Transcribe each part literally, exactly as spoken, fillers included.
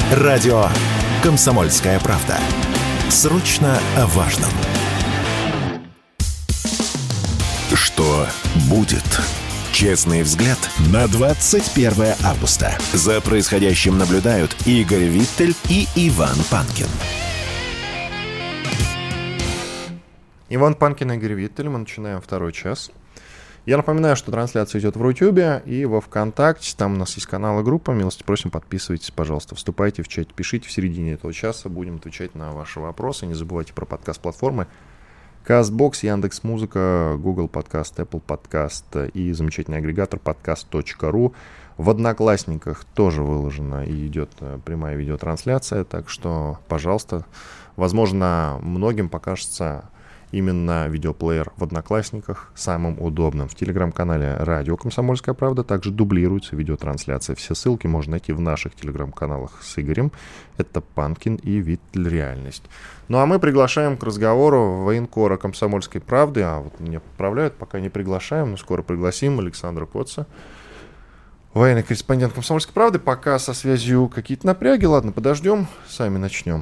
Радио «Комсомольская правда». Срочно о важном. Что будет? Честный взгляд на двадцать первое августа. За происходящим наблюдают Игорь Виттель и Иван Панкин. Иван Панкин и Игорь Виттель. Мы начинаем второй час. Я напоминаю, что трансляция идет в Рутюбе и во ВКонтакте. Там у нас есть канал и группа. Милости просим, подписывайтесь, пожалуйста. Вступайте в чат, пишите в середине этого часа. Будем отвечать на ваши вопросы. Не забывайте про подкаст-платформы. Castbox, Яндекс.Музыка, Google Подкаст, Apple Подкаст и замечательный агрегатор подкаст точка ру. В Одноклассниках тоже выложена и идет прямая видеотрансляция. Так что, пожалуйста, возможно, многим покажется именно видеоплеер в Одноклассниках самым удобным. В телеграм-канале «Радио Комсомольская правда» также дублируется видеотрансляция. Все ссылки можно найти в наших телеграм-каналах с Игорем. Это Панкин и Виттель «Реальность». Ну а мы приглашаем к разговору военкора «Комсомольской правды». А вот меня поправляют, пока не приглашаем, но скоро пригласим Александра Коца, военный корреспондент «Комсомольской правды». Пока со связью какие-то напряги. Ладно, подождем, сами начнем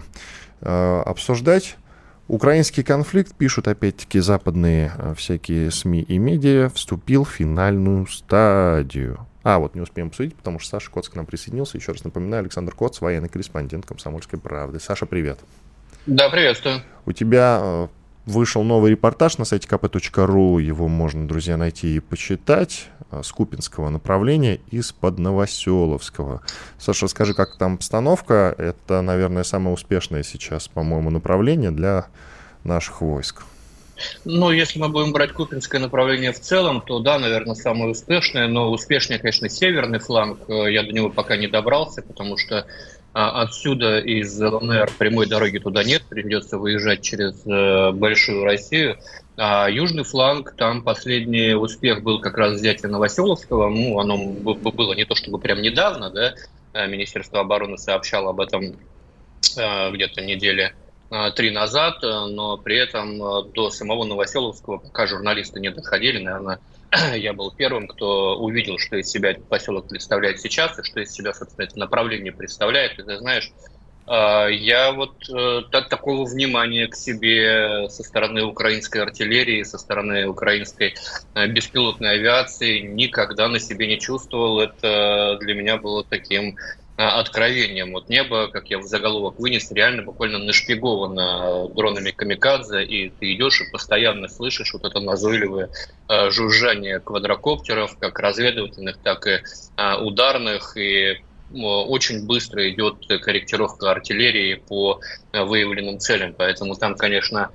э, обсуждать. Украинский конфликт, пишут опять-таки западные всякие СМИ и медиа, вступил в финальную стадию. А, вот не успеем обсудить, потому что Саша Коц к нам присоединился. Еще раз напоминаю, Александр Коц, военный корреспондент «Комсомольской правды». Саша, привет. Да, приветствую. У тебя вышел новый репортаж на сайте ка пэ точка ру. Его можно, друзья, найти и почитать. С Купинского направления из-под Новоселовского. Саша, скажи, как там обстановка? Это, наверное, самое успешное сейчас, по-моему, направление для наших войск. Ну, если мы будем брать Купинское направление в целом, то да, наверное, самое успешное. Но успешнее, конечно, северный фланг. Я до него пока не добрался, потому что отсюда из ЛНР прямой дороги туда нет. Придется выезжать через Большую Россию. А южный фланг, там последний успех был как раз взятие Новоселовского. Ну, оно было не то чтобы прям недавно, да. Министерство обороны сообщало об этом где-то недели три назад, но при этом до самого Новоселовского пока журналисты не доходили. Наверное, я был первым, кто увидел, что из себя этот поселок представляет сейчас, и что из себя, собственно, это направление представляет. И ты знаешь, я вот так, такого внимания к себе со стороны украинской артиллерии, со стороны украинской беспилотной авиации никогда на себе не чувствовал. Это для меня было таким откровением. Вот небо, как я в заголовок вынес, реально буквально нашпиговано дронами камикадзе, и ты идешь и постоянно слышишь вот это назойливое жужжание квадрокоптеров, как разведывательных, так и ударных, и очень быстро идет корректировка артиллерии по выявленным целям. Поэтому там, конечно,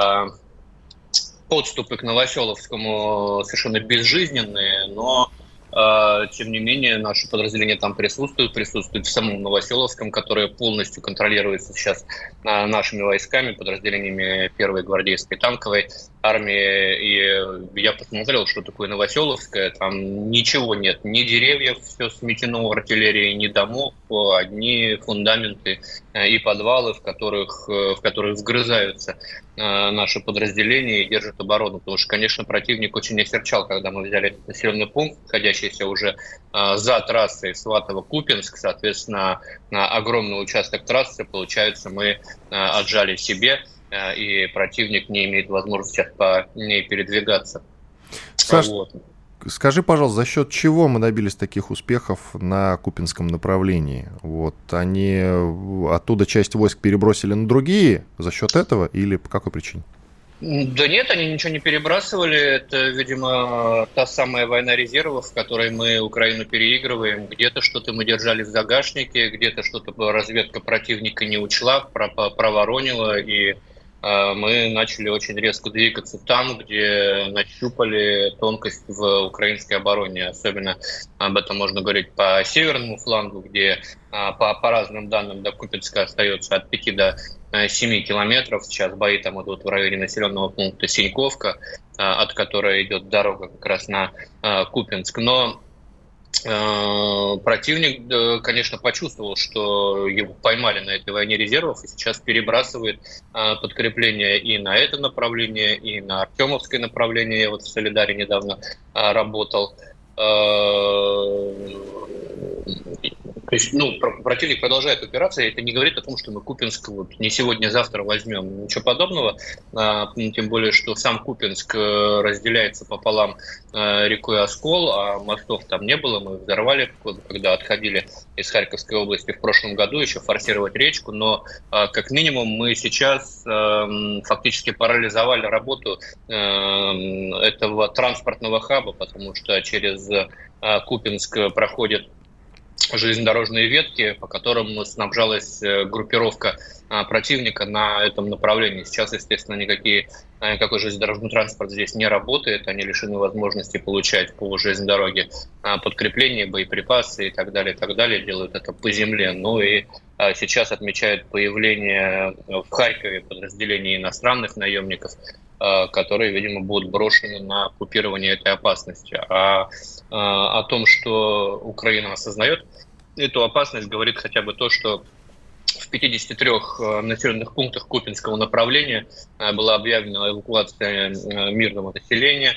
подступы к Новоселовскому совершенно безжизненные, но тем не менее, наши подразделения там присутствуют, присутствуют в самом Новоселовском, которое полностью контролируется сейчас нашими войсками, подразделениями первой гвардейской танковой армии. И я посмотрел, что такое Новоселовское. Там ничего нет, ни деревьев, все сметено артиллерией, ни домов, одни фундаменты и подвалы, в которых, в которых вгрызаются наши подразделения и держат оборону. Потому что, конечно, противник очень осерчал, когда мы взяли этот населенный пункт, находящийся уже за трассой Сватово-Купинск. Соответственно, огромный участок трассы, получается, мы отжали себе, и противник не имеет возможности по ней передвигаться. Саш, вот. Скажи, пожалуйста, за счет чего мы добились таких успехов на Купинском направлении? Вот они оттуда часть войск перебросили на другие за счет этого или по какой причине? Да нет, они ничего не перебрасывали. Это, видимо, та самая война резервов, в которой мы Украину переигрываем. Где-то что-то мы держали в загашнике, где-то что-то разведка противника не учла, проворонила, и мы начали очень резко двигаться там, где нащупали тонкость в украинской обороне. Особенно об этом можно говорить по северному флангу, где по, по разным данным до Купинска остается от пяти до семи километров. Сейчас бои там идут в районе населенного пункта Синьковка, от которой идет дорога как раз на Купинск. Но противник, конечно, почувствовал, что его поймали на этой войне резервов, и сейчас перебрасывает подкрепление и на это направление, и на Артемовское направление. Я вот в Солидаре недавно работал. То есть, ну, противник продолжает упираться, и это не говорит о том, что мы Купянск вот не сегодня-завтра возьмем. Ничего подобного. А, тем более, что сам Купянск разделяется пополам а, рекой Оскол, а мостов там не было. Мы взорвали, когда отходили из Харьковской области в прошлом году, еще форсировать речку. Но, а, как минимум, мы сейчас а, фактически парализовали работу а, этого транспортного хаба, потому что через а, Купянск проходит железнодорожные ветки, по которым снабжалась группировка противника на этом направлении. Сейчас, естественно, никакие, никакой железнодорожный транспорт здесь не работает, они лишены возможности получать по железной дороге подкрепления, боеприпасы и так далее, и так далее, делают это по земле. Ну и сейчас отмечают появление в Харькове подразделений иностранных наемников, которые, видимо, будут брошены на купирование этой опасности. А о том, что Украина осознает эту опасность, говорит хотя бы то, что в пятидесяти трёх населенных пунктах Купянского направления была объявлена эвакуация мирного населения.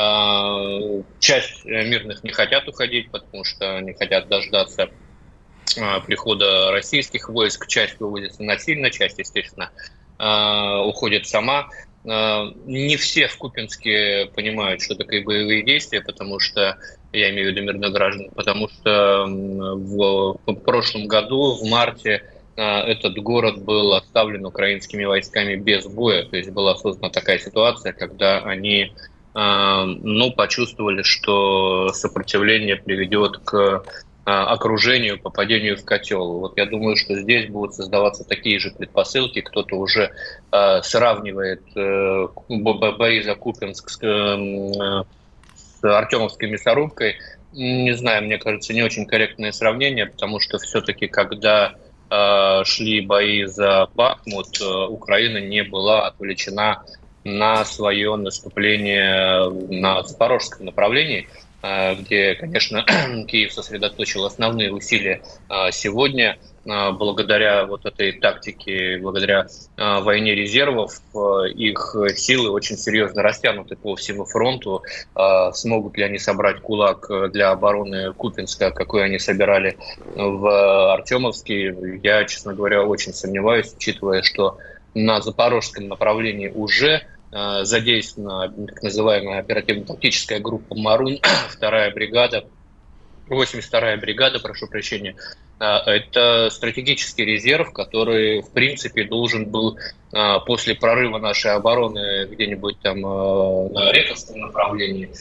Часть мирных не хотят уходить, потому что не хотят дождаться прихода российских войск. Часть выводится насильно, часть, естественно, уходит сама. Не все в Купянске понимают, что такое боевые действия, потому что, я имею в виду мирных граждан, потому что в, в прошлом году, в марте, этот город был оставлен украинскими войсками без боя. То есть была создана такая ситуация, когда они ну, почувствовали, что сопротивление приведет к окружению, попадению в котел. Вот я думаю, что здесь будут создаваться такие же предпосылки. Кто-то уже э, сравнивает э, бои за Купянск с, э, с Артемовской мясорубкой. Не знаю, мне кажется, не очень корректное сравнение, потому что все-таки, когда э, шли бои за Бахмут, э, Украина не была отвлечена на свое наступление на запорожском направлении, где, конечно, Киев сосредоточил основные усилия сегодня. Благодаря вот этой тактике, благодаря войне резервов, их силы очень серьезно растянуты по всему фронту. Смогут ли они собрать кулак для обороны Купянска, какой они собирали в Артемовске, я, честно говоря, очень сомневаюсь, учитывая, что на запорожском направлении уже задействована так называемая оперативно-тактическая группа «Марун», вторая бригада, восемьдесят вторая бригада, прошу прощения. Это стратегический резерв, который, в принципе, должен был после прорыва нашей обороны где-нибудь там на Рековском направлении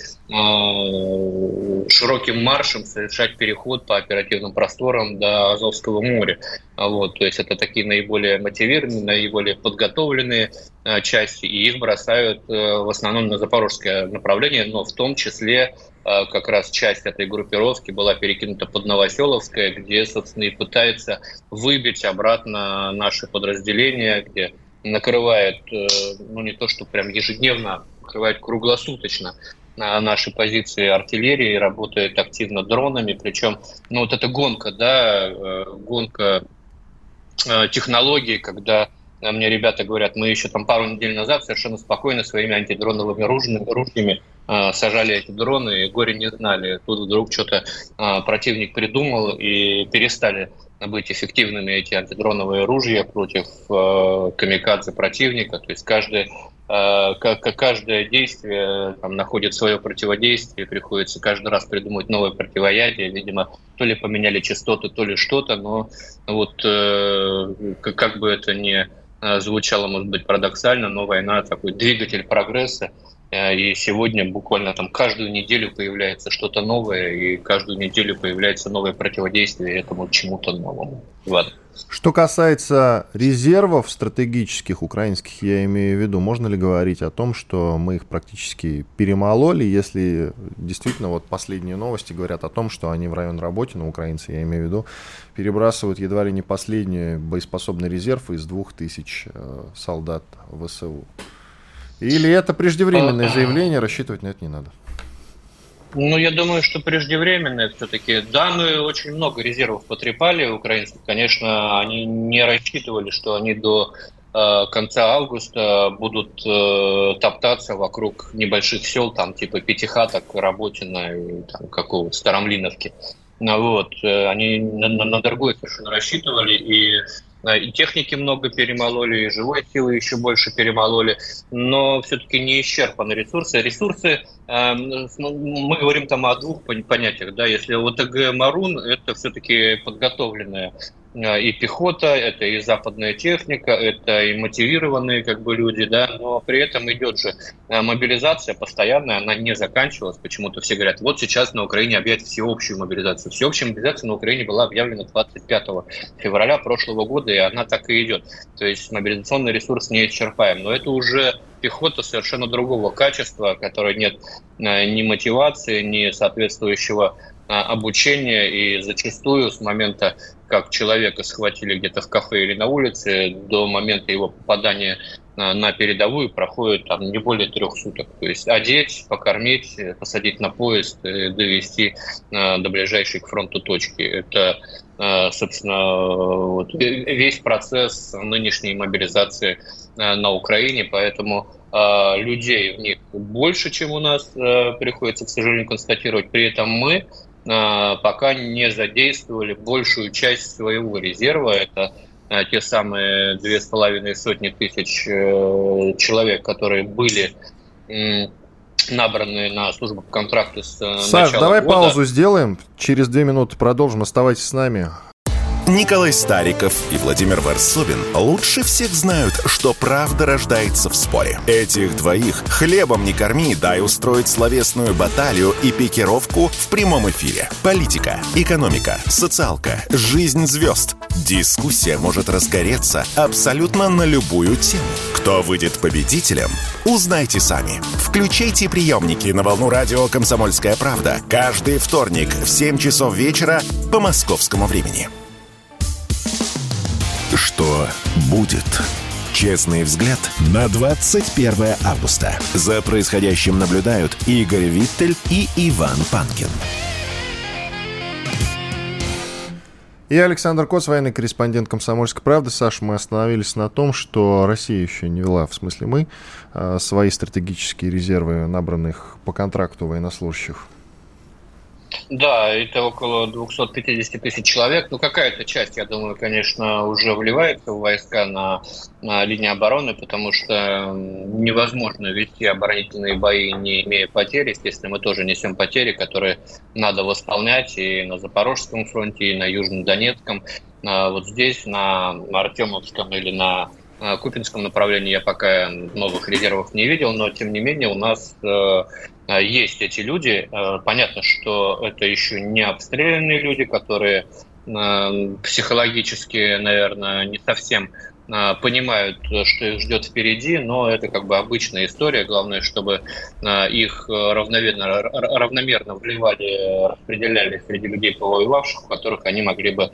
широким маршем совершать переход по оперативным просторам до Азовского моря. Вот, то есть это такие наиболее мотивированные, наиболее подготовленные части, и их бросают в основном на запорожское направление, но в том числе как раз часть этой группировки была перекинута под Новоселовское, где, собственно, и пытается выбить обратно наши подразделения, где накрывает, ну не то что прям ежедневно, накрывает круглосуточно наши позиции артиллерии, работает активно дронами, причем, ну вот эта гонка, да, гонка технологий, когда мне ребята говорят, мы еще там пару недель назад совершенно спокойно своими антидроновыми ружьями сажали эти дроны и горе не знали. Тут вдруг что-то противник придумал и перестали быть эффективными эти антидроновые ружья против камикадзе противника. То есть каждое, каждое действие там находит свое противодействие, приходится каждый раз придумывать новое противоядие. Видимо, то ли поменяли частоты, то ли что-то, но вот как бы это ни звучало, может быть, парадоксально, но война такой двигатель прогресса. И сегодня буквально там каждую неделю появляется что-то новое, и каждую неделю появляется новое противодействие этому чему-то новому. Ладно. Что касается резервов стратегических украинских, я имею в виду, можно ли говорить о том, что мы их практически перемололи, если действительно вот последние новости говорят о том, что они в район Работино, украинцы, я имею в виду, перебрасывают едва ли не последний боеспособный резерв из двух тысяч солдат ВСУ? Или это преждевременное заявление, рассчитывать на это не надо? Ну, я думаю, что преждевременное все-таки. Да, мы очень много резервов потрепали украинцев. Конечно, они не рассчитывали, что они до э, конца августа будут э, топтаться вокруг небольших сел, там типа Пятихаток, Работино и там, какого-то Старомлиновки. Вот. Они на, на, на другое совершенно рассчитывали, и И техники много перемололи, и живой силы еще больше перемололи, но все-таки не исчерпаны ресурсы. Ресурсы, э, мы говорим там о двух понятиях, да, если ОТГ «Марун» — это все-таки подготовленная и пехота, это и западная техника, это и мотивированные как бы люди, да, но при этом идет же мобилизация постоянная, она не заканчивалась. Почему-то все говорят, вот сейчас на Украине объявят всеобщую мобилизацию. Всеобщая мобилизация на Украине была объявлена двадцать пятого февраля прошлого года, и она так и идет. То есть мобилизационный ресурс не исчерпаем. Но это уже пехота совершенно другого качества, которой нет ни мотивации, ни соответствующего обучения, и зачастую с момента, как человека схватили где-то в кафе или на улице, до момента его попадания на передовую проходит там не более трех суток. То есть одеть, покормить, посадить на поезд, довести до ближайшей к фронту точки. Это, собственно, вот весь процесс нынешней мобилизации на Украине, поэтому людей в них больше, чем у нас, приходится, к сожалению, констатировать. При этом мы пока не задействовали большую часть своего резерва. Это те самые две с половиной сотни тысяч человек, которые были набраны на службу по контракту с начала года. Саш, давай паузу сделаем. Через две минуты продолжим. Оставайтесь с нами. Николай Стариков и Владимир Варсобин лучше всех знают, что правда рождается в споре. Этих двоих хлебом не корми, дай устроить словесную баталию и пикировку в прямом эфире. Политика, экономика, социалка, жизнь звезд. Дискуссия может разгореться абсолютно на любую тему. Кто выйдет победителем, узнайте сами. Включайте приемники на волну радио «Комсомольская правда» каждый вторник в семь часов вечера по московскому времени. Что будет? Честный взгляд на двадцать первое августа. За происходящим наблюдают Игорь Виттель и Иван Панкин. И Александр Коц, военный корреспондент «Комсомольской правды». Саш, мы остановились на том, что Россия еще не вела, в смысле мы, свои стратегические резервы набранных по контракту военнослужащих. Да, это около двести пятьдесят тысяч человек. Ну, какая-то часть, я думаю, конечно, уже вливается в войска на, на линии обороны, потому что невозможно вести оборонительные бои, не имея потерь. Естественно, мы тоже несем потери, которые надо восполнять и на Запорожском фронте, и на Южном Донецком. Вот здесь, на Артемовском или на Купинском направлении я пока новых резервов не видел, но, тем не менее, у нас есть эти люди. Понятно, что это еще не обстрелянные люди, которые психологически, наверное, не совсем понимают, что их ждет впереди, но это как бы обычная история. Главное, чтобы их равномерно, равномерно вливали, распределяли среди людей, повоевавших, у которых они могли бы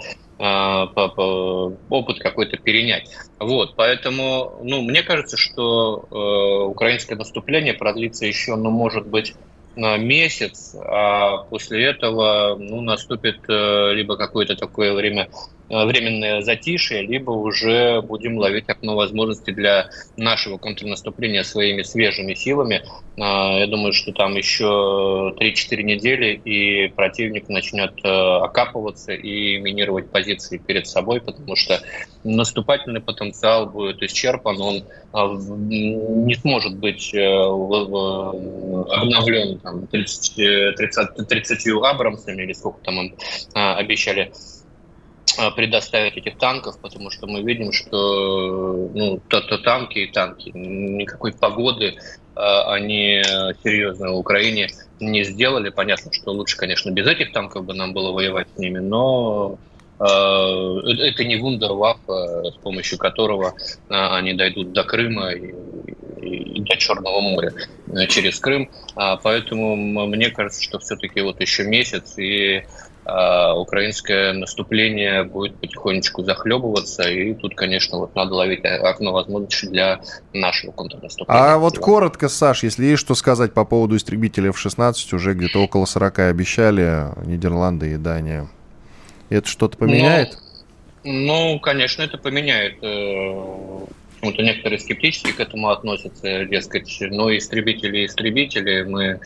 опыт какой-то перенять. Вот, поэтому, ну, мне кажется, что э, украинское наступление продлится еще, ну, может быть, на месяц, а после этого, ну, наступит э, либо какое-то такое время, э, временное затишье, либо уже будем ловить окно возможностей для нашего контрнаступления своими свежими силами. Э, я думаю, что там еще три-четыре недели, и противник начнет э, окапываться и минировать позиции перед собой, потому что наступательный потенциал будет исчерпан, он э, не сможет быть э, обновлен там, тридцатью абрамсами, или сколько там им а, обещали а, предоставить этих танков, потому что мы видим, что ну, то, то танки и танки, никакой погоды а, они серьезно в Украине не сделали. Понятно, что лучше, конечно, без этих танков бы нам было воевать с ними, но а, это не вундерваффе, с помощью которого а, они дойдут до Крыма и и до Черного моря через Крым. Поэтому мне кажется, что все-таки вот еще месяц, и украинское наступление будет потихонечку захлебываться, и тут, конечно, вот надо ловить окно возможностей для нашего контрнаступления. А вот коротко, Саш, если есть что сказать по поводу истребителей эф шестнадцать, уже где-то около сорок обещали Нидерланды и Дания. Это что-то поменяет? Ну, ну, конечно, это поменяет. Почему-то некоторые скептически к этому относятся, дескать, ну, истребители, истребители, мы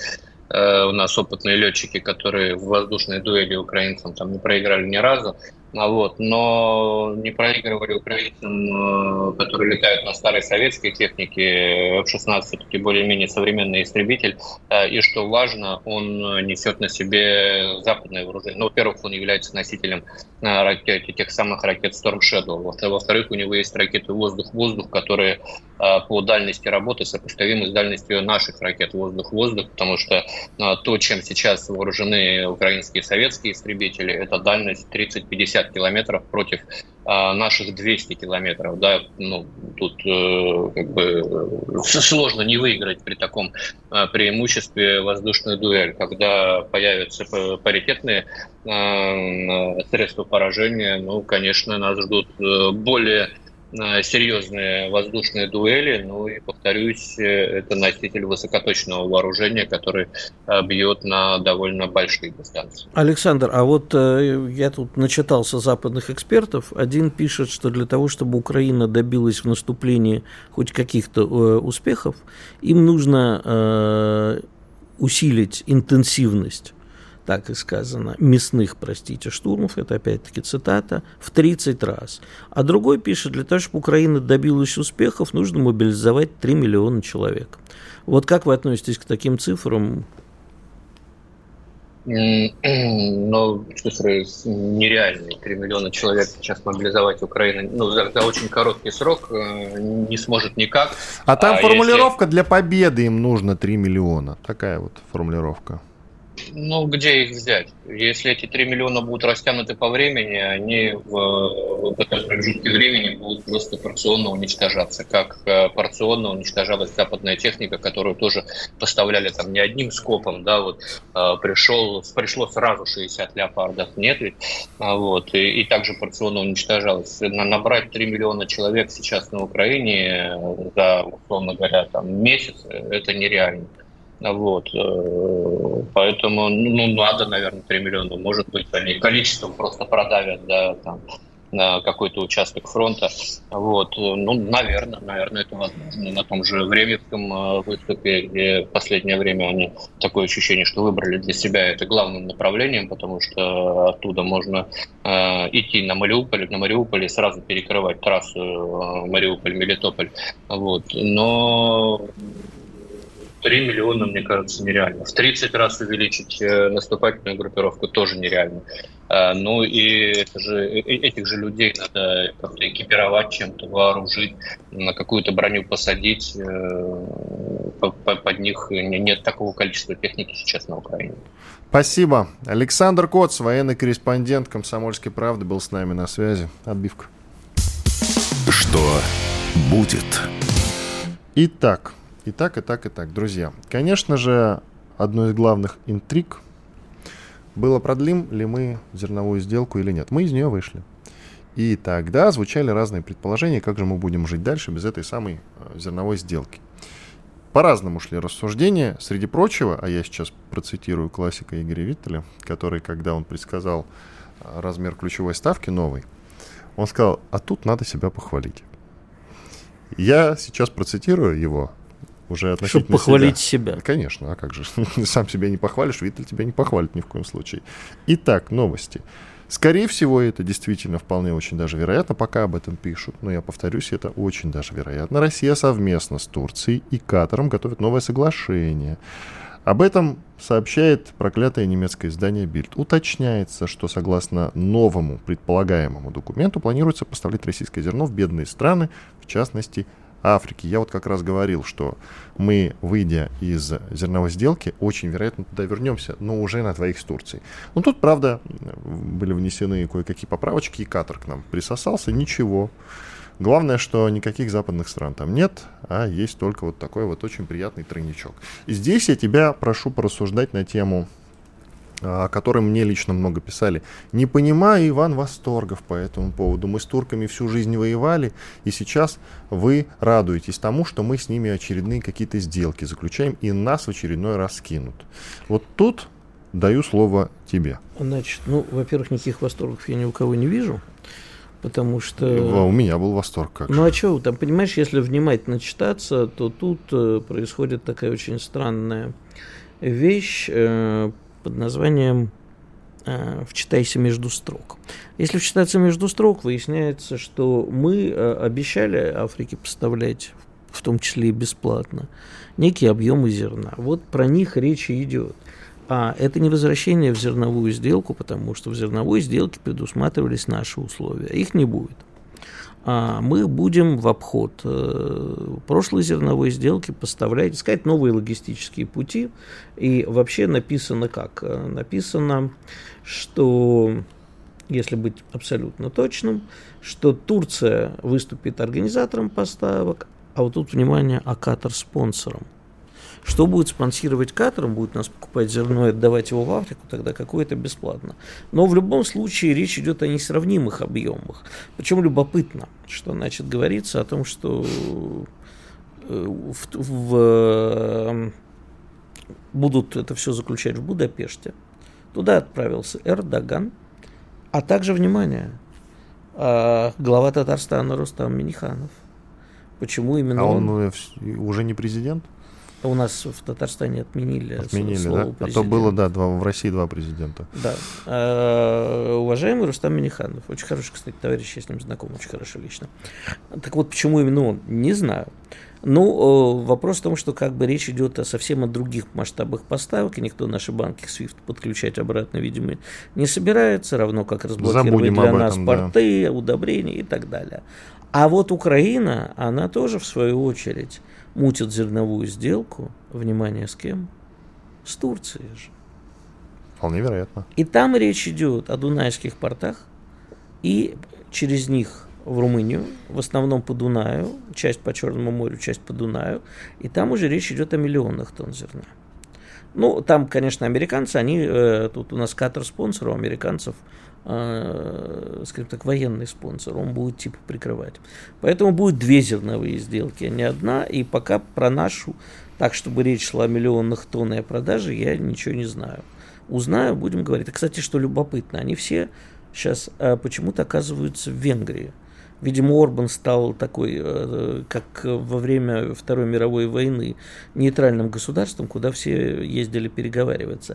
У нас опытные летчики, которые в воздушной дуэли украинцам там не проиграли ни разу. Вот, но не проигрывали украинцам, которые летают на старой советской технике. эф шестнадцать все-таки более-менее современный истребитель. И что важно, он несет на себе западное вооружение. Ну, во-первых, он является носителем ракет, тех самых ракет Storm Shadow. Во-вторых, у него есть ракеты воздух-воздух, которые по дальности работы сопоставимы с дальностью наших ракет воздух-воздух, потому что то, чем сейчас вооружены украинские советские истребители, это дальность тридцать-пятьдесят километров против а, наших двухсот километров. Да? Ну, тут э, как бы сложно не выиграть при таком э, преимуществе воздушную дуэль. Когда появятся паритетные э, средства поражения, ну, конечно, нас ждут э, более серьезные воздушные дуэли. Ну и, повторюсь, это носитель высокоточного вооружения, который бьет на довольно большие дистанции. Александр, а вот э, я тут начитался западных экспертов. Один пишет, что для того, чтобы Украина добилась в наступлении хоть каких-то э, успехов, им нужно э, усилить интенсивность, так и сказано, мясных, простите, штурмов, это опять-таки цитата, в тридцать раз. А другой пишет, для того, чтобы Украина добилась успехов, нужно мобилизовать три миллиона человек. Вот как вы относитесь к таким цифрам? Ну, цифры нереальные. три миллиона человек сейчас мобилизовать Украину, ну, за, за очень короткий срок не сможет никак. А там а формулировка если... для победы им нужно три миллиона. Такая вот формулировка. Ну, где их взять? Если эти три миллиона будут растянуты по времени, они в, в этом промежутке времени будут просто порционно уничтожаться, как порционно уничтожалась западная техника, которую тоже поставляли там не одним скопом, да, вот пришел, пришло сразу шестьдесят леопардов, нет ведь, вот, и, и также порционно уничтожалась. Набрать три миллиона человек сейчас на Украине за, условно говоря, там, месяц, это нереально. Вот, поэтому, ну, надо, наверное, три миллиона. Может быть, они количеством просто продавят, да, там, на какой-то участок фронта. Вот, ну, наверное, наверное, это возможно. На том же Временском выступе, где в последнее время они, такое ощущение, что выбрали для себя это главным направлением, потому что оттуда можно э, идти на Мариуполь, на Мариуполе и сразу перекрывать трассу э, Мариуполь-Мелитополь. Вот, но три миллиона, мне кажется, нереально. В тридцать раз увеличить наступательную группировку тоже нереально. Ну и это же, этих же людей надо как-то экипировать чем-то, вооружить, на какую-то броню посадить. Под них нет такого количества техники сейчас на Украине. Спасибо. Александр Коц, военный корреспондент «Комсомольской правды», был с нами на связи. Отбивка. Что будет? Итак. И так, и так, и так, друзья. Конечно же, одной из главных интриг было, продлим ли мы зерновую сделку или нет. Мы из нее вышли. И тогда звучали разные предположения, как же мы будем жить дальше без этой самой зерновой сделки. По-разному шли рассуждения. Среди прочего, а я сейчас процитирую классика Игоря Виттеля, который, когда он предсказал размер ключевой ставки новой, он сказал, а тут надо себя похвалить. Я сейчас процитирую его, уже относительно чтобы похвалить себя. себя. Конечно, а как же? Сам себя не похвалишь, Виттель тебя не похвалит ни в коем случае. Итак, новости. Скорее всего, это действительно вполне очень даже вероятно, пока об этом пишут, но я повторюсь, это очень даже вероятно. Россия совместно с Турцией и Катаром готовит новое соглашение. Об этом сообщает проклятое немецкое издание Bild. Уточняется, что согласно новому предполагаемому документу планируется поставлять российское зерно в бедные страны, в частности Африки. Я вот как раз говорил, что мы, выйдя из зерновой сделки, очень вероятно туда вернемся, но уже на двоих с Турцией. Но тут, правда, были внесены кое-какие поправочки, и Катар к нам присосался, ничего. Главное, что никаких западных стран там нет, а есть только вот такой вот очень приятный тройничок. И здесь я тебя прошу порассуждать на тему, о которой мне лично много писали. Не понимаю, Иван, восторгов по этому поводу. Мы с турками всю жизнь воевали, и сейчас вы радуетесь тому, что мы с ними очередные какие-то сделки заключаем, и нас в очередной раз кинут. Вот тут даю слово тебе. Значит, ну, во-первых, никаких восторгов я ни у кого не вижу, потому что... У меня был восторг. Как ну, а что, там, понимаешь, если внимательно читаться, то тут происходит такая очень странная вещь э, под названием э, «Вчитайся между строк». Если вчитаться между строк, выясняется, что мы э, обещали Африке поставлять, в том числе и бесплатно, некие объемы зерна. Вот про них речь идет. А это не возвращение в зерновую сделку, потому что в зерновой сделке предусматривались наши условия. Их не будет. А мы будем в обход э, прошлой зерновой сделки поставлять, искать новые логистические пути. И вообще написано как? Написано, что, если быть абсолютно точным, что Турция выступит организатором поставок, а вот тут, внимание, а Катар спонсором. Что будет спонсировать Катар? Он будет нас покупать зерно и отдавать его в Африку, тогда какое-то бесплатно. Но в любом случае речь идет о несравнимых объемах. Причем любопытно, что значит говорится о том, что в, в, будут это все заключать в Будапеште. Туда отправился Эрдоган, а также, внимание, глава Татарстана Рустам Минниханов. Почему именно а он? он? Уже не президент? У нас в Татарстане отменили, отменили слово да? президент. А то было, да, два, в России два президента. Да. А, уважаемый Рустам Минниханов, очень хороший, кстати, товарищ, я с ним знаком, очень хорошо лично. Так вот, почему именно он? Не знаю. Ну, вопрос в том, что как бы речь идет о совсем о других масштабах поставок, и никто наши банки свифт подключать обратно, видимо, не собирается, равно как разблокировать Забудем для об нас этом, порты, да. удобрения и так далее. А вот Украина, она тоже, в свою очередь, мутит зерновую сделку, внимание, с кем? С Турцией же. Вполне вероятно. И там речь идет о дунайских портах, и через них в Румынию, в основном по Дунаю, часть по Черному морю, часть по Дунаю, и там уже речь идет о миллионах тонн зерна. Ну, там, конечно, американцы, они, э, тут у нас Катар спонсор, у американцев, э, скажем так, военный спонсор, он будет типа прикрывать. Поэтому будет две зерновые сделки, а не одна, и пока про нашу, так, чтобы речь шла о миллионах тонн и о продаже, я ничего не знаю. Узнаю, будем говорить. И, кстати, что любопытно, они все сейчас э, почему-то оказываются в Венгрии. Видимо, Орбан стал такой, как во время Второй мировой войны, нейтральным государством, куда все ездили переговариваться.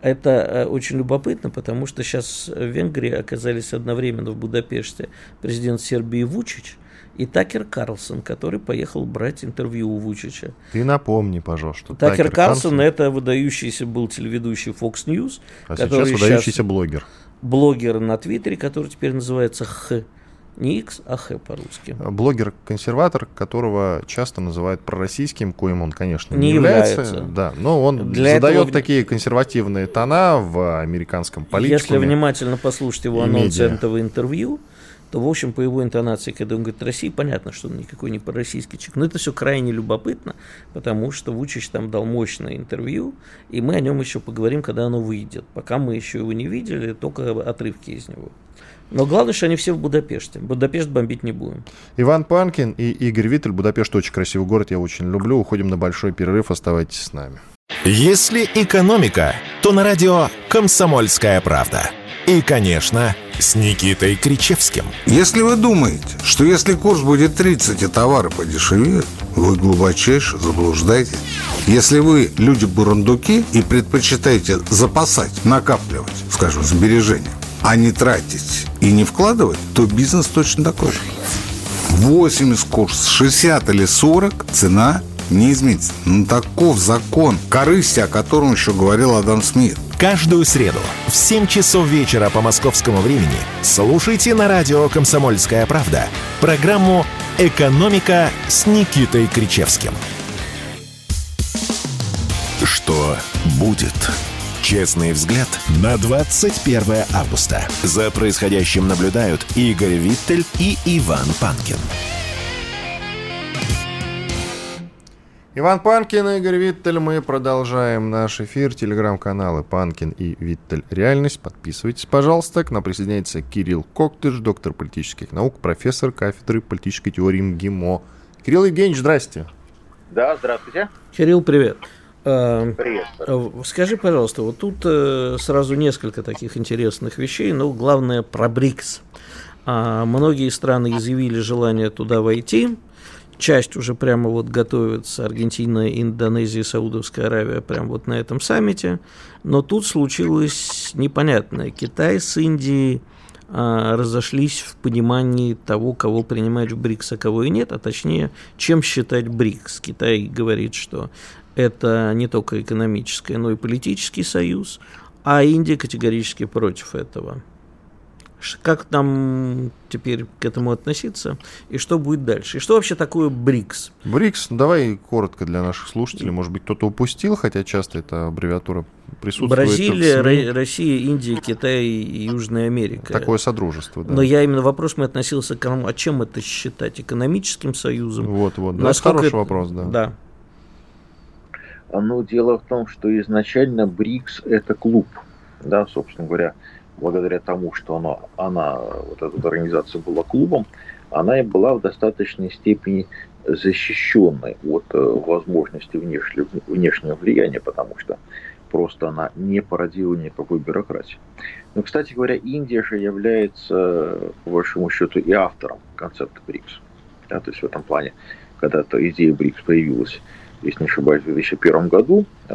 Это очень любопытно, потому что сейчас в Венгрии оказались одновременно в Будапеште президент Сербии Вучич и Такер Карлсон, который поехал брать интервью у Вучича. Ты напомни, пожалуйста. Такер, Такер Карлсон, Карлсон – это выдающийся был телеведущий Fox News. А сейчас выдающийся блогер. Блогер на Твиттере, который теперь называется Х. Не X, а Х по-русски. Блогер-консерватор, которого часто называют пророссийским, коим он, конечно, не, не является. является. Да, но он Для задает этого... такие консервативные тона в американском политике. Если внимательно послушать его анонс этого интервью, то, в общем, по его интонации, когда он говорит «Россия», понятно, что он никакой не пророссийский человек. Но это все крайне любопытно, потому что Вучич там дал мощное интервью, и мы о нем еще поговорим, когда оно выйдет. Пока мы еще его не видели, только отрывки из него. Но главное, что они все в Будапеште. Будапешт бомбить не будем. Иван Панкин и Игорь Виттель. Будапешт очень красивый город, я очень люблю. Уходим на большой перерыв, оставайтесь с нами. Если экономика, то на радио «Комсомольская правда». И, конечно, с Никитой Кричевским. Если вы думаете, что если курс будет тридцать и товары подешевеют, вы глубочайше заблуждаетесь. Если вы люди-бурундуки и предпочитаете запасать, накапливать, скажем, сбережения, а не тратить и не вкладывать, то бизнес точно такой же. восемьдесят курс, шестьдесят или сорок, цена не изменится. Ну, таков закон корысти, о котором еще говорил Адам Смит. Каждую среду в семь часов вечера по московскому времени слушайте на радио «Комсомольская правда» программу «Экономика» с Никитой Кричевским. Что будет? Честный взгляд на двадцать первое августа. За происходящим наблюдают Игорь Виттель и Иван Панкин. Иван Панкин и Игорь Виттель. Мы продолжаем наш эфир. Телеграм-каналы Панкин и Виттель «Реальность». Подписывайтесь, пожалуйста. К нам присоединяется Кирилл Коктыш, доктор политических наук, профессор кафедры политической теории МГИМО. Кирилл Евгеньевич, здрасте. Да, здравствуйте. Кирилл, привет. Привет. Скажи, пожалуйста, вот тут сразу несколько таких интересных вещей, но главное про БРИКС. Многие страны изъявили желание туда войти. часть уже прямо вот готовится, Аргентина, Индонезия, Саудовская Аравия, прямо вот на этом саммите. Но тут случилось непонятное. Китай с Индией а, разошлись в понимании того, кого принимать в БРИКС, а кого и нет, а точнее, чем считать БРИКС. Китай говорит, что это не только экономический, но и политический союз, а Индия категорически против этого. Как нам теперь к этому относиться и что будет дальше? И что вообще такое БРИКС? БРИКС, давай коротко для наших слушателей. Может быть, кто-то упустил, хотя часто эта аббревиатура присутствует. Бразилия, Р- Россия, Индия, Китай и Южная Америка. Такое содружество, да. Но я именно вопрос мой относился к тому, а чем это считать? Экономическим союзом? Вот, вот. Да, это хороший это... вопрос, да. Да. Ну, дело в том, что изначально БРИКС – это клуб, да, собственно говоря. Благодаря тому, что она, она, вот эта организация была клубом, она и была в достаточной степени защищенной от э, возможности внешнего, внешнего влияния, потому что просто она не породила никакой бюрократии. Но, кстати говоря, Индия же является, по большому счету, и автором концепта БРИКС. Да, то есть в этом плане, когда-то идея БРИКС появилась, если не ошибаюсь, в две тысячи первом году э,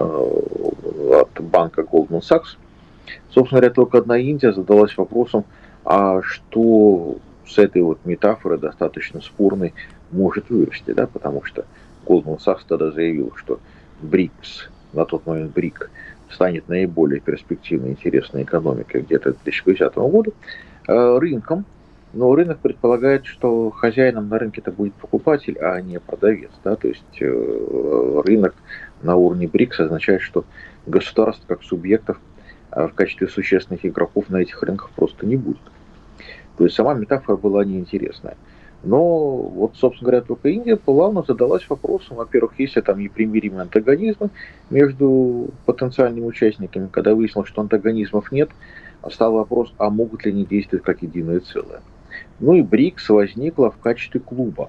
от банка Goldman Sachs. Собственно говоря, только одна Индия задалась вопросом, а что с этой вот метафорой достаточно спорной может вырасти, да, потому что Goldman Sachs тогда заявил, что БРИКС, на тот момент БРИК, станет наиболее перспективной и интересной экономикой где-то к две тысячи пятидесятому году, э, рынком, но рынок предполагает, что хозяином на рынке это будет покупатель, а не продавец, да, то есть э, рынок на уровне БРИКС означает, что государств как субъектов в качестве существенных игроков на этих рынках просто не будет. То есть сама метафора была неинтересная. Но вот, собственно говоря, только Индия плавно задалась вопросом, во-первых, есть ли там непримиримые антагонизмы между потенциальными участниками. Когда выяснилось, что антагонизмов нет, стал вопрос, а могут ли они действовать как единое целое. Ну и БРИКС возникла в качестве клуба,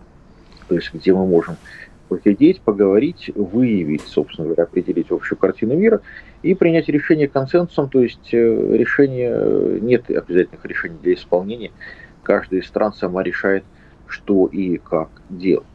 то есть где мы можем посидеть, поговорить, выявить, собственно говоря, определить общую картину мира и принять решение консенсусом, то есть решение, нет обязательных решений для исполнения, каждая из стран сама решает, что и как делать.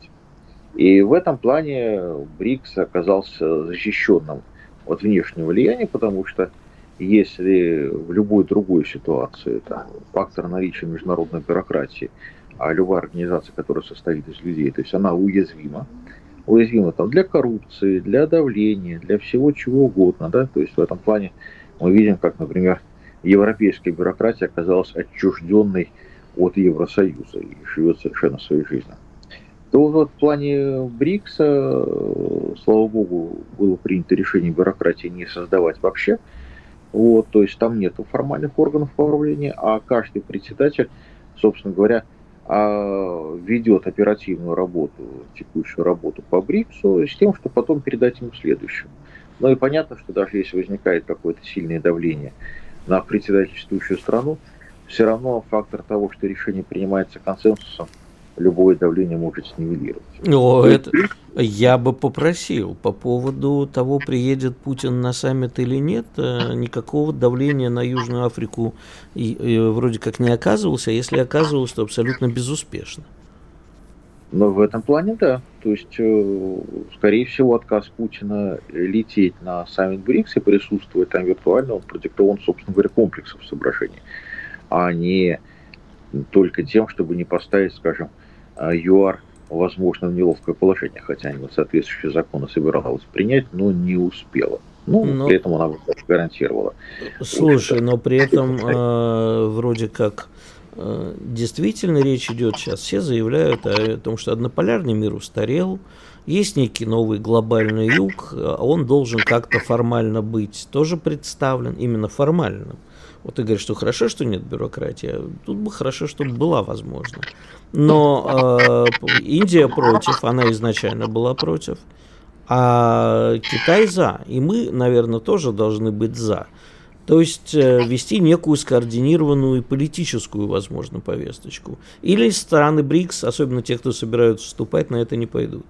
И в этом плане БРИКС оказался защищенным от внешнего влияния, потому что если в любой другой ситуации там, фактор наличия международной бюрократии, а любая организация, которая состоит из людей, то есть она уязвима, уязвима там, для коррупции, для давления, для всего чего угодно. Да? То есть в этом плане мы видим, как, например, европейская бюрократия оказалась отчужденной от Евросоюза и живет совершенно своей жизнью. То вот в плане БРИКСа, слава богу, было принято решение бюрократии не создавать вообще. Вот, то есть там нет формальных органов управления, а каждый председатель, собственно говоря, ведет оперативную работу, текущую работу по БРИКСу с тем, чтобы потом передать ему следующему. Ну и понятно, что даже если возникает какое-то сильное давление на председательствующую страну, все равно фактор того, что решение принимается консенсусом, любое давление может снивелировать. О, это я бы попросил по поводу того, приедет Путин на саммит или нет, никакого давления на Южную Африку и, и вроде как не оказывался, а если оказывался, то абсолютно безуспешно. Но в этом плане да. То есть, скорее всего, отказ Путина лететь на саммит БРИКС и присутствовать там виртуально, он продиктован, собственно говоря, комплексом соображений, а не только тем, чтобы не поставить, скажем, ЮАР, возможно, в неловкое положение, хотя они соответствующие законы собиралась принять, но не успела. Ну, но... при этом она гарантировала. Слушай, но при этом э, вроде как э, действительно речь идет сейчас, все заявляют о том, что однополярный мир устарел, есть некий новый глобальный юг, он должен как-то формально быть тоже представлен, именно формально. Вот ты говоришь, что хорошо, что нет бюрократии, тут бы хорошо, чтобы была возможна. Но э, Индия против, она изначально была против, а Китай за. И мы, наверное, тоже должны быть за. То есть э, вести некую скоординированную политическую, возможно, повесточку. Или страны БРИКС, особенно те, кто собираются вступать, на это не пойдут.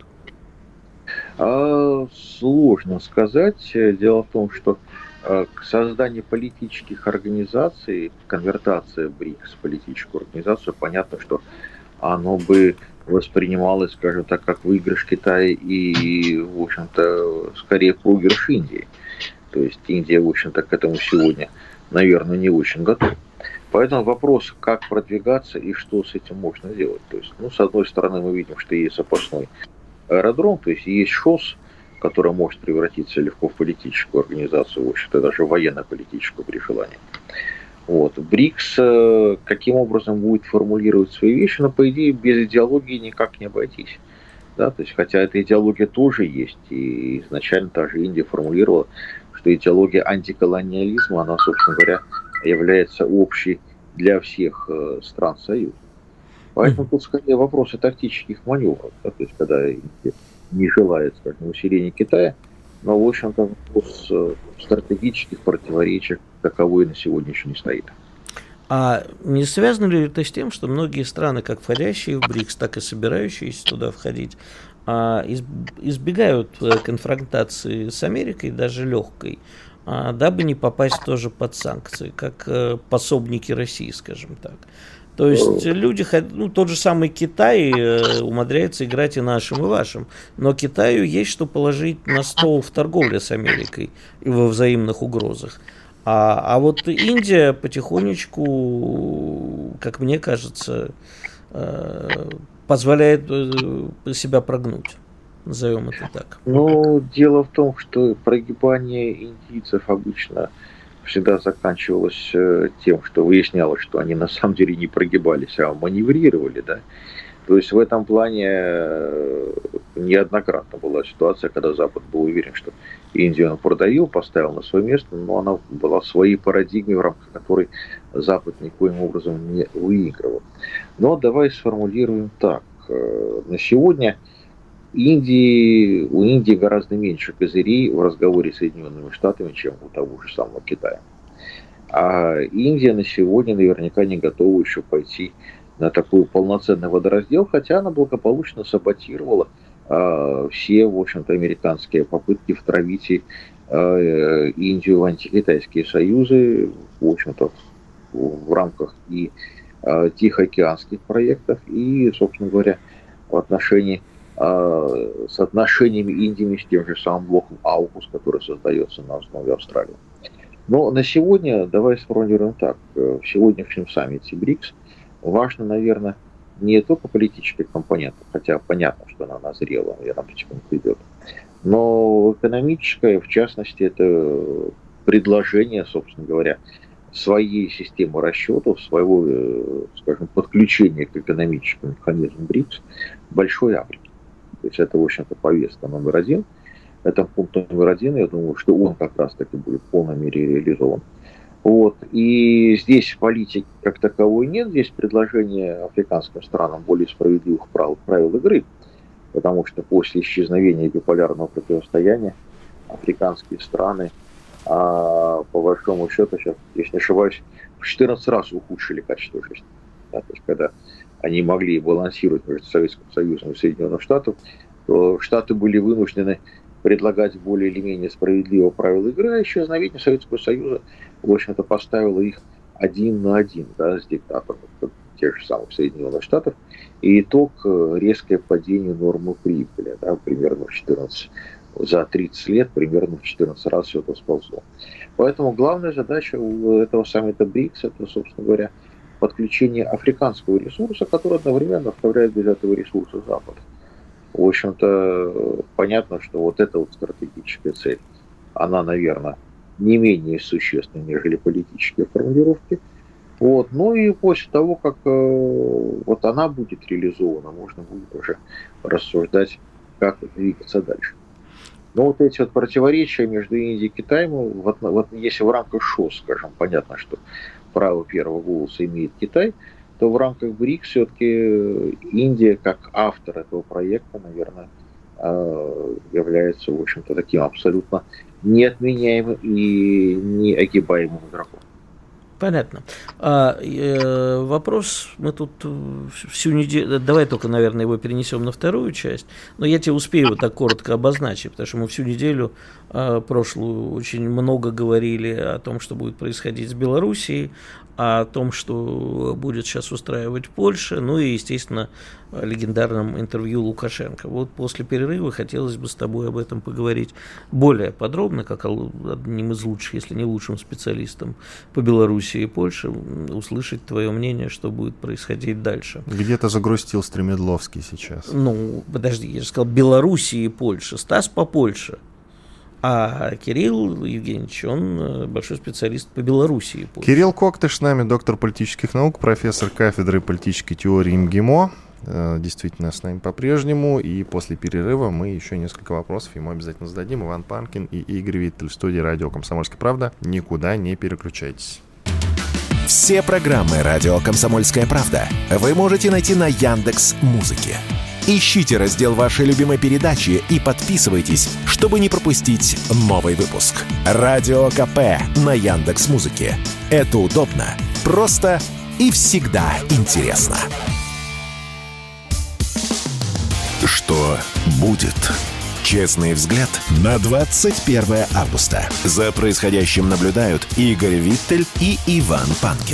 А, сложно сказать. Дело в том, что к созданию политических организаций, конвертация БРИКС в политическую организацию, понятно, что оно бы воспринималось, скажем так, как выигрыш Китая и, в общем-то, скорее проигрыш Индии. То есть Индия, в общем-то, к этому сегодня, наверное, не очень готова. Поэтому вопрос, как продвигаться и что с этим можно делать. То есть, ну, с одной стороны, мы видим, что есть запасной аэродром, то есть есть ШОС, которая может превратиться легко в политическую организацию, в общем-то, даже военно-политическую при желании. Вот. БРИКС каким образом будет формулировать свои вещи, но, по идее, без идеологии никак не обойтись. Да? То есть, хотя эта идеология тоже есть, и изначально та же Индия формулировала, что идеология антиколониализма, она, собственно говоря, является общей для всех стран Союза. Поэтому тут скорее вопросы тактических маневров, да? То есть, когда Индия не желает, скажем, усиления Китая, но, в общем-то, вопрос стратегических противоречий таковой на сегодня еще не стоит. А не связано ли это с тем, что многие страны, как входящие в БРИКС, так и собирающиеся туда входить, избегают конфронтации с Америкой, даже легкой, дабы не попасть тоже под санкции, как пособники России, скажем так? То есть люди, ну, тот же самый Китай умудряется играть и нашим, и вашим, но Китаю есть что положить на стол в торговле с Америкой и во взаимных угрозах. А, а вот Индия потихонечку, как мне кажется, позволяет себя прогнуть. Назовем это так. Ну, дело в том, что прогибание индийцев обычно всегда заканчивалось тем, что выяснялось, что они на самом деле не прогибались, а маневрировали, да. То есть в этом плане неоднократно была ситуация, когда Запад был уверен, что Индию он продавил, поставил на свое место, но она была в своей парадигме, в рамках которой Запад никоим образом не выигрывал. Но давай сформулируем так. На сегодня Индии, у Индии гораздо меньше козырей в разговоре с Соединенными Штатами, чем у того же самого Китая. А Индия на сегодня наверняка не готова еще пойти на такой полноценный водораздел, хотя она благополучно саботировала э, все, в общем-то, американские попытки втравить э, Индию в антикитайские союзы, в общем-то, в, в рамках и э, тихоокеанских проектов, и, собственно говоря, в отношении с отношениями Индии с тем же самым блоком аукус, который создается на основе Австралии. Но на сегодня, давай сформулируем так, в сегодняшнем саммите БРИКС важно, наверное, не только политический компонент, хотя понятно, что она назрела, наверное, потихоньку идет, но экономическое, в частности, это предложение, собственно говоря, своей системы расчетов, своего, скажем, подключения к экономическому механизму БРИКС Большой Африки. То есть это, в общем-то, повестка номер один. Это пункт номер один. Я думаю, что он как раз-таки будет в полной мере реализован. Вот. И здесь политики как таковой нет. Здесь предложение африканским странам более справедливых правил, правил игры. Потому что после исчезновения биполярного противостояния африканские страны, а, по большому счету, сейчас, если не ошибаюсь, в четырнадцать раз ухудшили качество жизни. Да, то есть, когда они могли балансировать между Советским Союзом и Соединенных Штатов, то Штаты были вынуждены предлагать более или менее справедливые правила игры, а исчезновение Советского Союза, в общем-то, поставило их один на один, да, с диктатором тех же самых Соединенных Штатов, и итог — резкое падение нормы прибыли, да, примерно в четырнадцать, за тридцать лет примерно в четырнадцать раз все это сползло. Поэтому главная задача у этого саммита БРИКС — это, собственно говоря, подключение африканского ресурса, который одновременно оставляет без этого ресурса Запад. В общем-то, понятно, что вот эта вот стратегическая цель, она, наверное, не менее существенна, нежели политические формулировки. Вот. Ну и после того, как э, вот она будет реализована, можно будет уже рассуждать, как двигаться дальше. Но вот эти вот противоречия между Индией и Китаем, вот, вот если в рамках ШОС, скажем, понятно, что право первого голоса имеет Китай, то в рамках БРИКС все-таки Индия, как автор этого проекта, наверное, является, в общем-то, таким абсолютно неотменяемым и неогибаемым игроком. Понятно. А, э, вопрос мы тут всю неделю... Давай только, наверное, его перенесем на вторую часть. Но я тебе успею его так коротко обозначить, потому что мы всю неделю э, прошлую очень много говорили о том, что будет происходить с Белоруссией. о том, что будет сейчас устраивать Польша, ну и, естественно, о легендарном интервью Лукашенко. Вот после перерыва хотелось бы с тобой об этом поговорить более подробно, как одним из лучших, если не лучшим специалистом по Белоруссии и Польше, услышать твое мнение, что будет происходить дальше. Где-то загрустил Стремедловский сейчас. Ну, подожди, я же сказал Белоруссия и Польша. Стас по Польше. А Кирилл Евгеньевич, он большой специалист по Белоруссии. Кирилл Коктыш с нами, доктор политических наук, профессор кафедры политической теории МГИМО. Действительно, с нами по-прежнему. И после перерыва мы еще несколько вопросов ему обязательно зададим. Иван Панкин и Игорь Виттель в студии радио «Комсомольская правда». Никуда не переключайтесь. Все программы радио «Комсомольская правда» вы можете найти на Яндекс.Музыке. Ищите раздел вашей любимой передачи и подписывайтесь, чтобы не пропустить новый выпуск. Радио КП на Яндекс.Музыке. Это удобно, просто и всегда интересно. Что будет? Честный взгляд на двадцать первое августа. За происходящим наблюдают Игорь Виттель и Иван Панкин.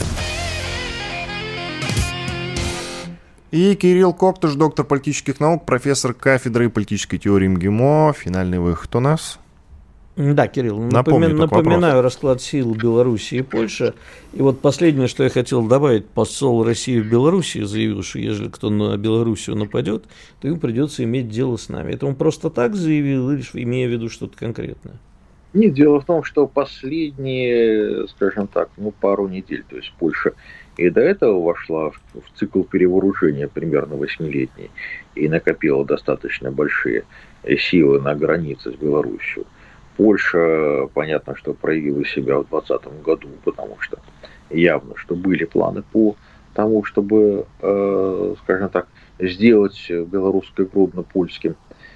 И Кирилл Коктыш, доктор политических наук, профессор кафедры политической теории МГИМО. Финальный выход у нас. Да, Кирилл, Напомни, напоми- напоминаю расклад сил Белоруссии и Польши. И вот последнее, что я хотел добавить, посол России в Белоруссии заявил, что если кто на Белоруссию нападет, то ему придется иметь дело с нами. Это он просто так заявил, или имея в виду что-то конкретное? Нет, дело в том, что последние, скажем так, ну, пару недель, то есть Польша и до этого вошла в цикл перевооружения примерно восьмилетний и накопила достаточно большие силы на границе с Белоруссией. Польша, понятно, что проявила себя в двадцатом году, потому что явно, что были планы по тому, чтобы, э, скажем так, сделать белорусское грудно польским,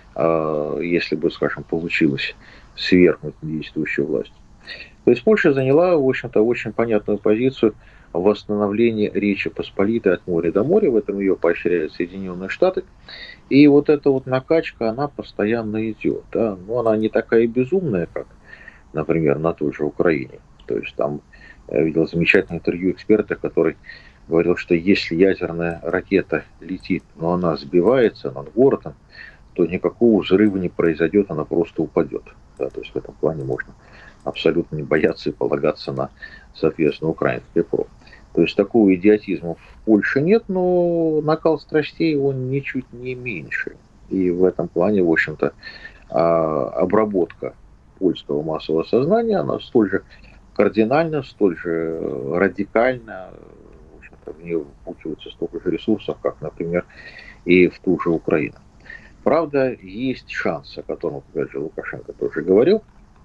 э, если бы, скажем, получилось свергнуть действующую власть. То есть Польша заняла, в общем-то, очень понятную позицию восстановления Речи Посполитой от моря до моря. В этом ее поощряют Соединенные Штаты. И вот эта вот накачка, она постоянно идет. Да? Но она не такая безумная, как, например, на той же Украине. То есть там я видел замечательное интервью эксперта, который говорил, что если ядерная ракета летит, но она сбивается над городом, то никакого взрыва не произойдет, она просто упадет. Да? То есть в этом плане можно абсолютно не бояться и полагаться на, соответственно, украинское ПРО. То есть такого идиотизма в Польше нет, но накал страстей он ничуть не меньше. И в этом плане, в общем-то, обработка польского массового сознания, она столь же кардинальна, столь же радикальна, в общем-то, в нее впутывается столько же ресурсов, как, например, и в ту же Украину. Правда, есть шанс, о котором, опять же, Лукашенко тоже говорил,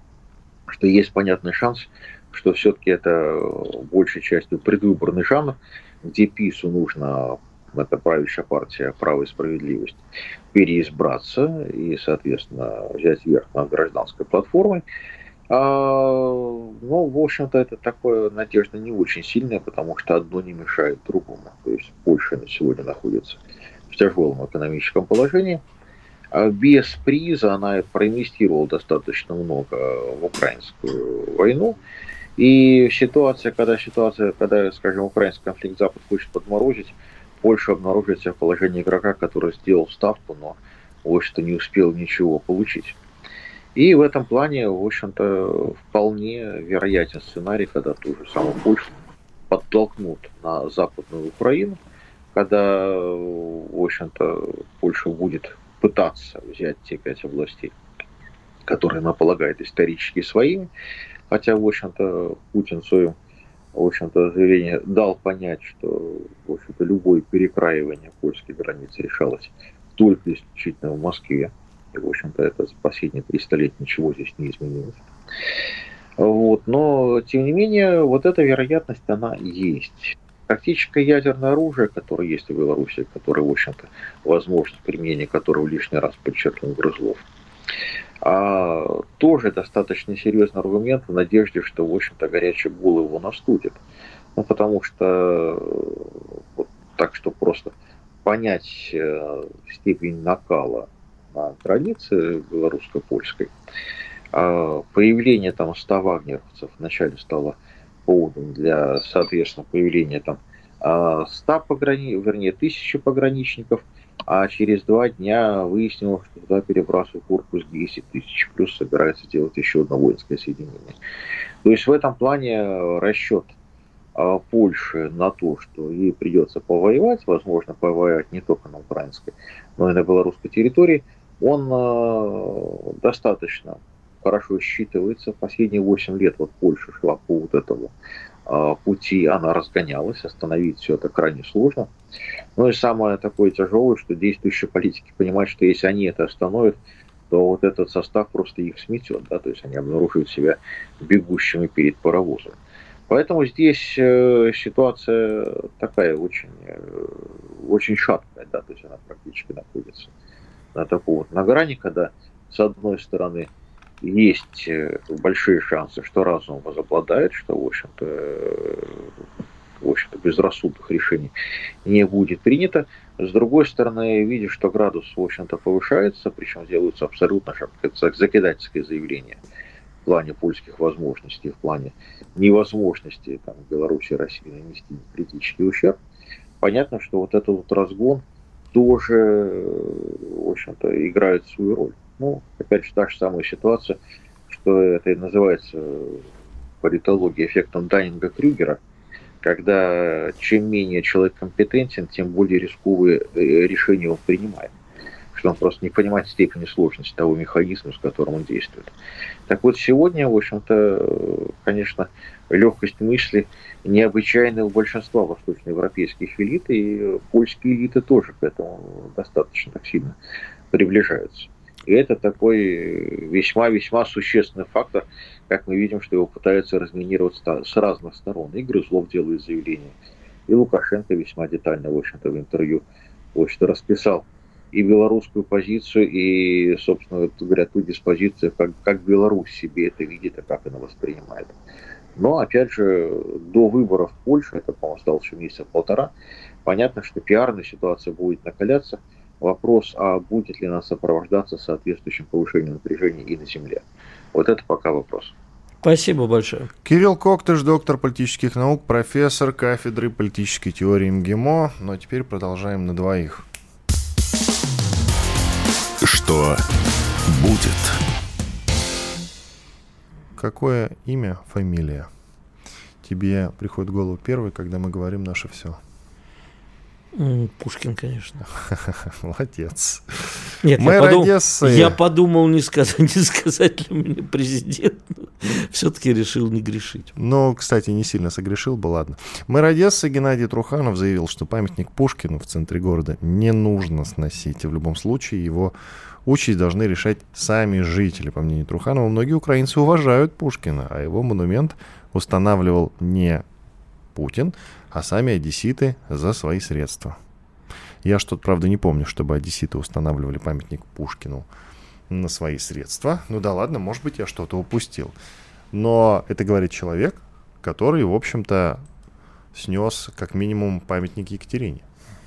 что есть понятный шанс, что все-таки это большей частью предвыборный жанр, где ПИСу нужно, это правящая партия «Право и справедливость», переизбраться и, соответственно, взять верх над гражданской платформой. А, ну, в общем-то, это такое надежда не очень сильная, потому что одно не мешает другому. То есть Польша на сегодня находится в тяжелом экономическом положении. Без приза она проинвестировала достаточно много в украинскую войну. И ситуация, когда ситуация, когда, скажем, украинский конфликт Запад хочет подморозить, Польша обнаружит себя в положении игрока, который сделал ставку, но, в общем-то, не успел ничего получить. И в этом плане, в общем-то, вполне вероятен сценарий, когда ту же самую Польшу подтолкнут на Западную Украину, когда, в общем-то, Польша будет пытаться взять те пять областей, которые она полагает исторически своими, хотя, в общем-то, Путин в своем, в общем-то, заявлении дал понять, что, в общем-то, любое перекраивание польских границ решалось только исключительно в Москве. И, в общем-то, это за последние триста лет ничего здесь не изменилось. Вот. Но, тем не менее, вот эта вероятность, она есть. Тактическое ядерное оружие, которое есть в Беларуси, которое, в общем-то, возможность применения которого лишний раз подчеркнул Грызлов, а, тоже достаточно серьезный аргумент в надежде, что, в общем-то, горячая була его наступит. Ну, потому что вот так, что просто понять э, степень накала на границе белорусско-польской, э, появление там ста вагнеровцев вначале стало поводом для, соответственно, появления там ста пограни... вернее, тысячи пограничников, а через два дня выяснилось, что туда перебрасывают корпус десять тысяч, плюс собирается делать еще одно воинское соединение. То есть в этом плане расчет Польши на то, что ей придется повоевать, возможно, повоевать не только на украинской, но и на белорусской территории, он достаточно хорошо считывается. Последние восемь лет вот Польша шла по вот этому пути, она разгонялась, остановить все это крайне сложно. Ну и самое такое тяжелое, что действующие политики понимают, что если они это остановят, то вот этот состав просто их сметет, да, то есть они обнаруживают себя бегущими перед паровозом. Поэтому здесь э, ситуация такая очень, э, очень шаткая, да, то есть она практически находится на такой вот на грани, когда с одной стороны есть большие шансы, что разум возобладает, что, в общем-то, в общем-то, безрассудных решений не будет принято. С другой стороны, видишь, что градус, в общем-то, повышается, причем делаются абсолютно закидательские заявления в плане польских возможностей, в плане невозможности там, Беларуси и России нанести критический ущерб. Понятно, что вот этот вот разгон тоже, в общем-то, играет свою роль. Ну, опять же, та же самая ситуация, что это и называется в политологии эффектом Даннинга-Крюгера, когда чем менее человек компетентен, тем более рисковые решения он принимает. Что он просто не понимает степени сложности того механизма, с которым он действует. Так вот, сегодня, в общем-то, конечно, легкость мысли необычайная у большинства восточноевропейских элит, и польские элиты тоже к этому достаточно так сильно приближаются. И это такой весьма-весьма существенный фактор, как мы видим, что его пытаются разминировать с разных сторон. И Грызлов делает заявление, и Лукашенко весьма детально, в общем-то, в интервью, в общем-то, расписал и белорусскую позицию, и, собственно говоря, ту диспозицию, как, как Беларусь себе это видит, и как она воспринимает. Но, опять же, до выборов в Польше, это, по-моему, осталось еще месяца полтора, понятно, что пиарная ситуация будет накаляться. Вопрос, а будет ли она сопровождаться соответствующим повышением напряжения и на земле. Вот это пока вопрос. Спасибо большое. Кирилл Коктыш, доктор политических наук, профессор кафедры политической теории МГИМО. Ну а теперь продолжаем на двоих. Что будет? Какое имя, фамилия тебе приходит в голову первой, когда мы говорим «наше все»? Пушкин, конечно. Молодец. Нет, Мэр я, подум... Одессы. я подумал, не сказать, не сказать ли мне президент. Все-таки решил не грешить. Ну, кстати, не сильно согрешил бы, ладно. Мэр Одессы Геннадий Труханов заявил, что памятник Пушкину в центре города не нужно сносить. И в любом случае его участь должны решать сами жители. По мнению Труханова, многие украинцы уважают Пушкина, а его монумент устанавливал не Путин, а сами одесситы за свои средства. Я что-то, правда, не помню, чтобы одесситы устанавливали памятник Пушкину на свои средства. Ну да ладно, может быть, я что-то упустил. Но это говорит человек, который, в общем-то, снес как минимум памятник Екатерине.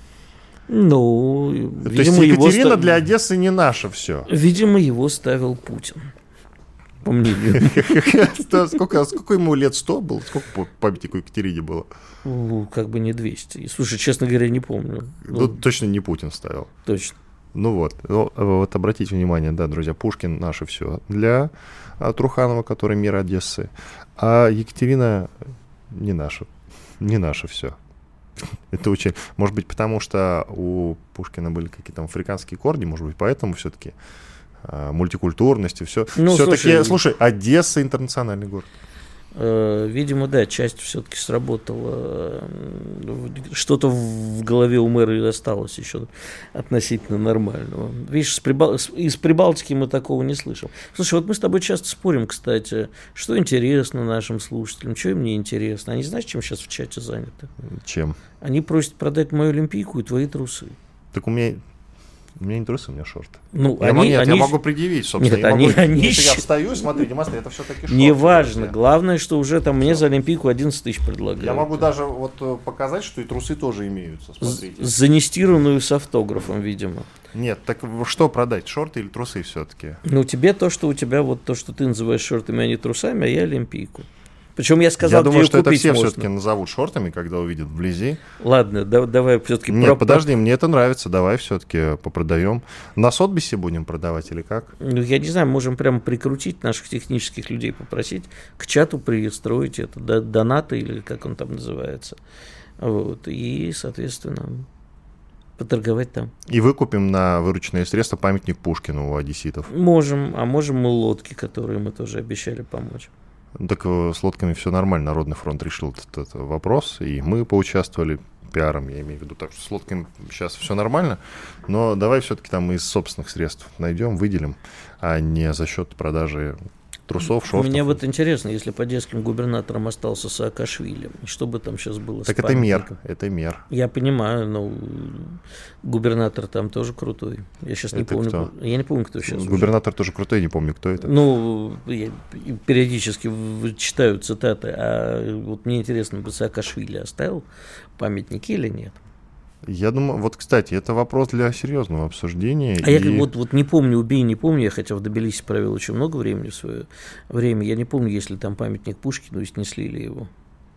Ну, то есть Екатерина его... для Одессы не наше все. Видимо, его ставил Путин. По мнению. Сколько, сколько ему лет? сто было? Сколько памятнику Екатерине было? Ну, как бы не двести. Слушай, честно говоря, не помню. Ну, ну точно не Путин ставил. Точно. Ну вот. Ну, вот обратите внимание, да, друзья, Пушкин наше все для а, Труханова, который мир Одессы. А Екатерина не наша. Не наше все. Это очень... Может быть, потому что у Пушкина были какие-то африканские корни, может быть, поэтому все-таки мультикультурность и все. Ну, все-таки, слушай, слушай, Одесса интернациональный город. Э, видимо, да, часть все-таки сработала. Что-то в голове у мэра осталось еще относительно нормального. Видишь, с Прибал... из Прибалтики мы такого не слышим. Слушай, вот мы с тобой часто спорим, кстати, что интересно нашим слушателям, что им не интересно. Они знаешь, чем сейчас в чате заняты? Чем? Они просят продать мою олимпийку и твои трусы. Так у меня... У меня не трусы, у меня шорты. Ну, я, они, нет, они... я могу предъявить, собственно. Нет, я они, могу... они... Если я встаю, смотри, демонстрирую, это все-таки шорты. Неважно. Главное, что уже там мне за Олимпийку одиннадцать тысяч предлагают. Я могу даже вот показать, что и трусы тоже имеются. Смотрите. Занестированную с автографом, видимо. Нет, так что продать, шорты или трусы все-таки? Ну, тебе то, что у тебя, вот то, что ты называешь шортами, а не трусами, а я Олимпийку. Причем я сказал, я думаю, что это все можно. все-таки назовут шортами, когда увидят вблизи. Ладно, да, давай все-таки... Нет, про... подожди, мне это нравится, давай все-таки попродаем. На Сотбисе будем продавать или как? Ну, я не знаю, можем прямо прикрутить наших технических людей, попросить к чату пристроить это, донаты или как он там называется. Вот, и, соответственно, поторговать там. И выкупим на вырученные средства памятник Пушкину у одесситов. Можем, а можем мы лодки, которые мы тоже обещали помочь. Так с лодками все нормально, Народный фронт решил этот, этот вопрос, и мы поучаствовали пиаром, я имею в виду, так что с лодками сейчас все нормально, но давай все-таки там из собственных средств найдем, выделим, а не за счет продажи трусов, шортов. Мне вот интересно, если по одесским губернаторам остался Саакашвили, что бы там сейчас было так с это мер, это мер. Я понимаю, но губернатор там тоже крутой. Я сейчас не это помню. Кто? Я не помню, кто сейчас. Губернатор уже. Тоже крутой, не помню, кто это. Ну, я периодически читаю цитаты, а вот мне интересно, бы Саакашвили оставил памятники или нет? Я думаю, вот, кстати, это вопрос для серьезного обсуждения. А и... я вот, вот не помню, убей, не помню, я хотя в Тбилиси провел очень много времени в свое время, я не помню, если там памятник Пушкину и снесли ли его.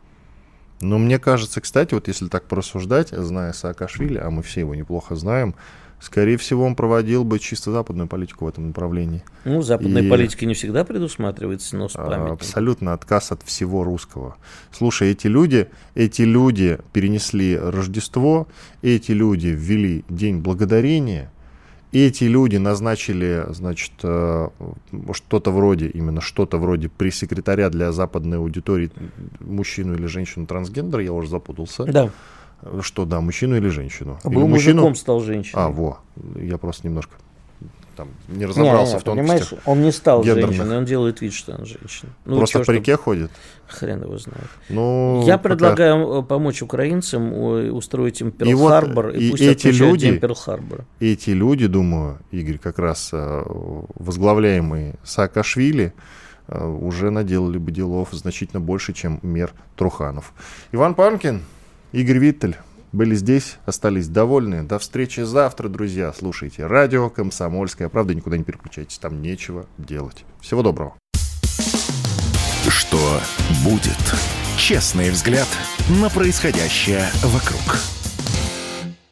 Но мне кажется, кстати, вот если так порассуждать, зная Саакашвили, а мы все его неплохо знаем, скорее всего, он проводил бы чисто западную политику в этом направлении. Ну, западная и... политика не всегда предусматривает снос памятника. Абсолютно отказ от всего русского. Слушай, эти люди, эти люди перенесли Рождество, эти люди ввели День Благодарения, эти люди назначили, значит, что-то вроде, именно что-то вроде пресс-секретаря для западной аудитории, мужчину или женщину трансгендер, я уже запутался. Да. Что, да, мужчину или женщину? Был или мужиком, мужчину... стал женщиной. А, во, я просто немножко там не разобрался не, не, в тонкостях. Понимаешь, он не стал гендерных. женщиной, он делает вид, что он женщина. Ну, просто чё, в парике что... ходит? Хрен его знает. Ну, я пока... предлагаю помочь украинцам устроить им Перл-Харбор, и, и, вот, и пусть эти отмечают люди, День Перл-Харбора. Эти люди, думаю, Игорь, как раз возглавляемые Саакашвили, уже наделали бы делов значительно больше, чем мэр Труханов. Иван Панкин, Игорь Виттель были здесь, остались довольны. До встречи завтра, друзья. Слушайте радио «Комсомольская правда». Никуда не переключайтесь, там нечего делать. Всего доброго. Что будет? Честный взгляд на происходящее вокруг.